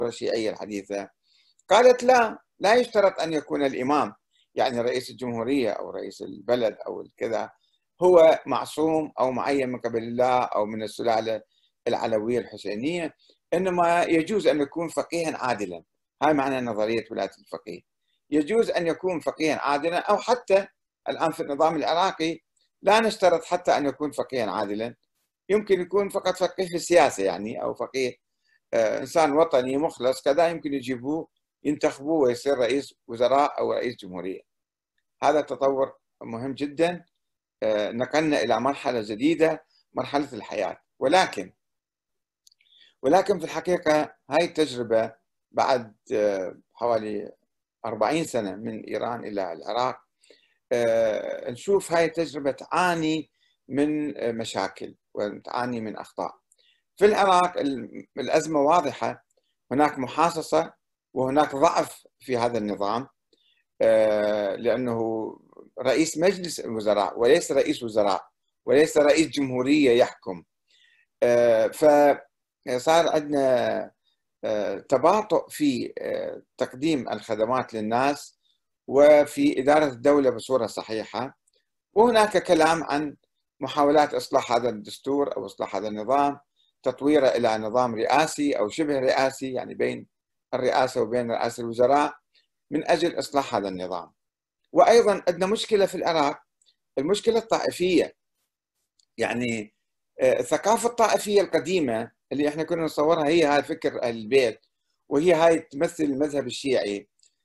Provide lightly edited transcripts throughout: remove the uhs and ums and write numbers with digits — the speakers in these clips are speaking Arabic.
الشيعية الحديثة، قالت لا يشترط أن يكون الإمام، يعني رئيس الجمهورية أو رئيس البلد أو الكذا، هو معصوم أو معين من قبل الله أو من السلالة العلوية الحسينية، إنما يجوز أن يكون فقيها عادلا. هاي معنى نظرية ولاية الفقيه. يجوز أن يكون فقيها عادلا، أو حتى الآن في النظام العراقي لا نشترط حتى أن يكون فقيها عادلا، يمكن يكون فقط فقيه في السياسة يعني، أو فقيه إنسان وطني مخلص كذا، يمكن يجيبوه ينتخبوه ويصير رئيس وزراء أو رئيس جمهورية. هذا تطور مهم جدا، نقلنا إلى مرحلة جديدة، مرحلة الحياة. ولكن في الحقيقة هاي التجربة بعد حوالي 40 سنة من إيران إلى العراق، نشوف هاي التجربة تعاني من مشاكل وتعاني من أخطاء. في العراق الأزمة واضحة، هناك محاصصة وهناك ضعف في هذا النظام، لأنه رئيس مجلس الوزراء وليس رئيس وزراء وليس رئيس جمهورية يحكم، فصار عندنا تباطؤ في تقديم الخدمات للناس وفي إدارة الدولة بصورة صحيحة. وهناك كلام عن محاولات إصلاح هذا الدستور أو إصلاح هذا النظام، تطويره إلى نظام رئاسي أو شبه رئاسي، يعني بين الرئاسة وبين رئاسة الوزراء، من أجل إصلاح هذا النظام. وأيضا عندنا مشكلة في العراق، المشكلة الطائفية، يعني الثقافة الطائفية القديمة اللي احنا كنا نصورها هي هاي فكر البيت، وهي هاي تمثل المذهب الشيعي.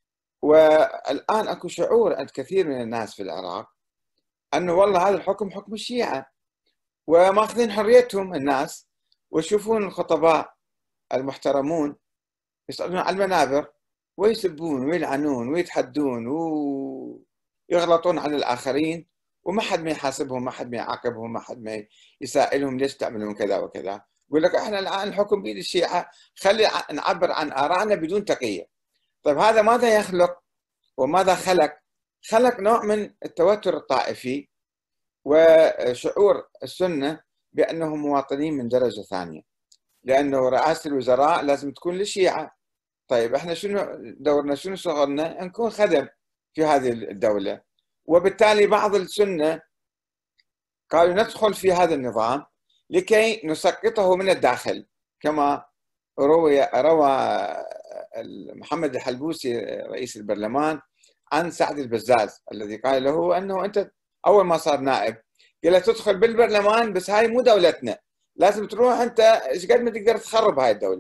والآن أكو شعور عند كثير من الناس في العراق أنه والله هذا الحكم حكم الشيعة، وماخذين حريتهم الناس، ويشوفون الخطباء المحترمون يصعدون على المنابر ويسبون ويلعنون ويتحدون ويغلطون على الآخرين، وما حد ما يحاسبهم، ما حد ما يعاقبهم، ما حد ما يسائلهم ليش تعملون كذا وكذا. يقول لك احنا الآن الحكم بيد الشيعة، خلي نعبر عن آرائنا بدون تقية. طيب هذا ماذا يخلق وماذا خلق؟ خلق نوع من التوتر الطائفي وشعور السنة بأنهم مواطنين من درجة ثانية، لأنه رئاسة الوزراء لازم تكون للشيعة. طيب احنا شنو دورنا، شنو شغلنا؟ نكون خدم في هذه الدولة. وبالتالي بعض السنة قالوا ندخل في هذا النظام لكي نسقطه من الداخل، كما روى محمد الحلبوسي رئيس البرلمان عن سعد البزاز الذي قال له أنه أنت أول ما صار نائب قال له تدخل بالبرلمان بس هاي مو دولتنا، لازم تروح أنت إيش قد ما تقدر تخرب هاي الدولة.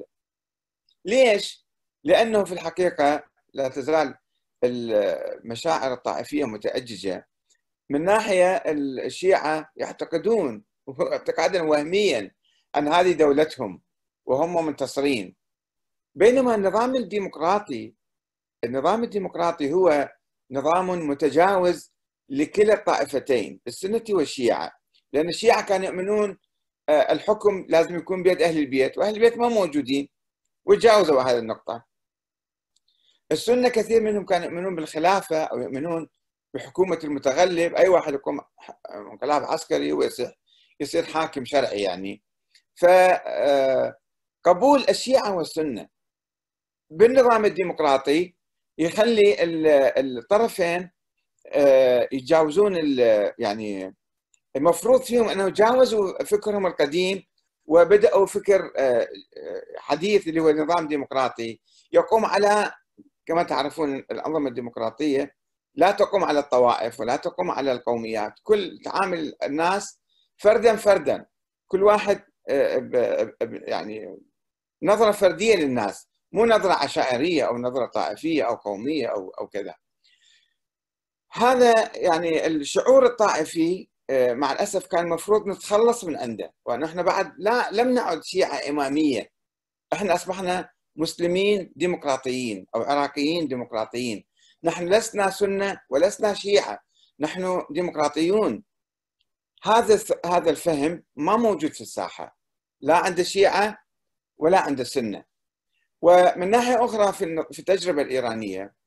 ليش؟ لأنه في الحقيقة لا تزال المشاعر الطائفية متأججة. من ناحية الشيعة يعتقدون اعتقادا وهميا أن هذه دولتهم وهم منتصرين، بينما النظام الديمقراطي هو نظام متجاوز لكلا الطائفتين، السنة والشيعة، لأن الشيعة كانوا يؤمنون الحكم لازم يكون بيد أهل البيت، وأهل البيت ما موجودين وتجاوزوا هذه النقطة. السنة كثير منهم كانوا يؤمنون بالخلافة أو يؤمنون بحكومة المتغلب، أي واحد يقوم انقلاب عسكري ويصير حاكم شرعي يعني. فقبول الشيعة والسنة بالنظام الديمقراطي يخلي الطرفين يتجاوزون، يعني المفروض فيهم أنه جاوزوا فكرهم القديم وبدأوا فكر حديث اللي هو نظام ديمقراطي يقوم على، كما تعرفون الأنظمة الديمقراطية لا تقوم على الطوائف ولا تقوم على القوميات، كل تعامل الناس فردا فردا، كل واحد يعني نظرة فردية للناس، مو نظرة عشائرية أو نظرة طائفية أو قومية أو كذا. هذا يعني الشعور الطائفي مع الأسف كان المفروض نتخلص من عنده، ونحن بعد لم نعد شيعة إمامية، احنا أصبحنا مسلمين ديمقراطيين أو عراقيين ديمقراطيين. نحن لسنا سنة ولسنا شيعة، نحن ديمقراطيون. هذا الفهم ما موجود في الساحة، لا عند الشيعة ولا عند السنة. ومن ناحية أخرى في التجربة الإيرانية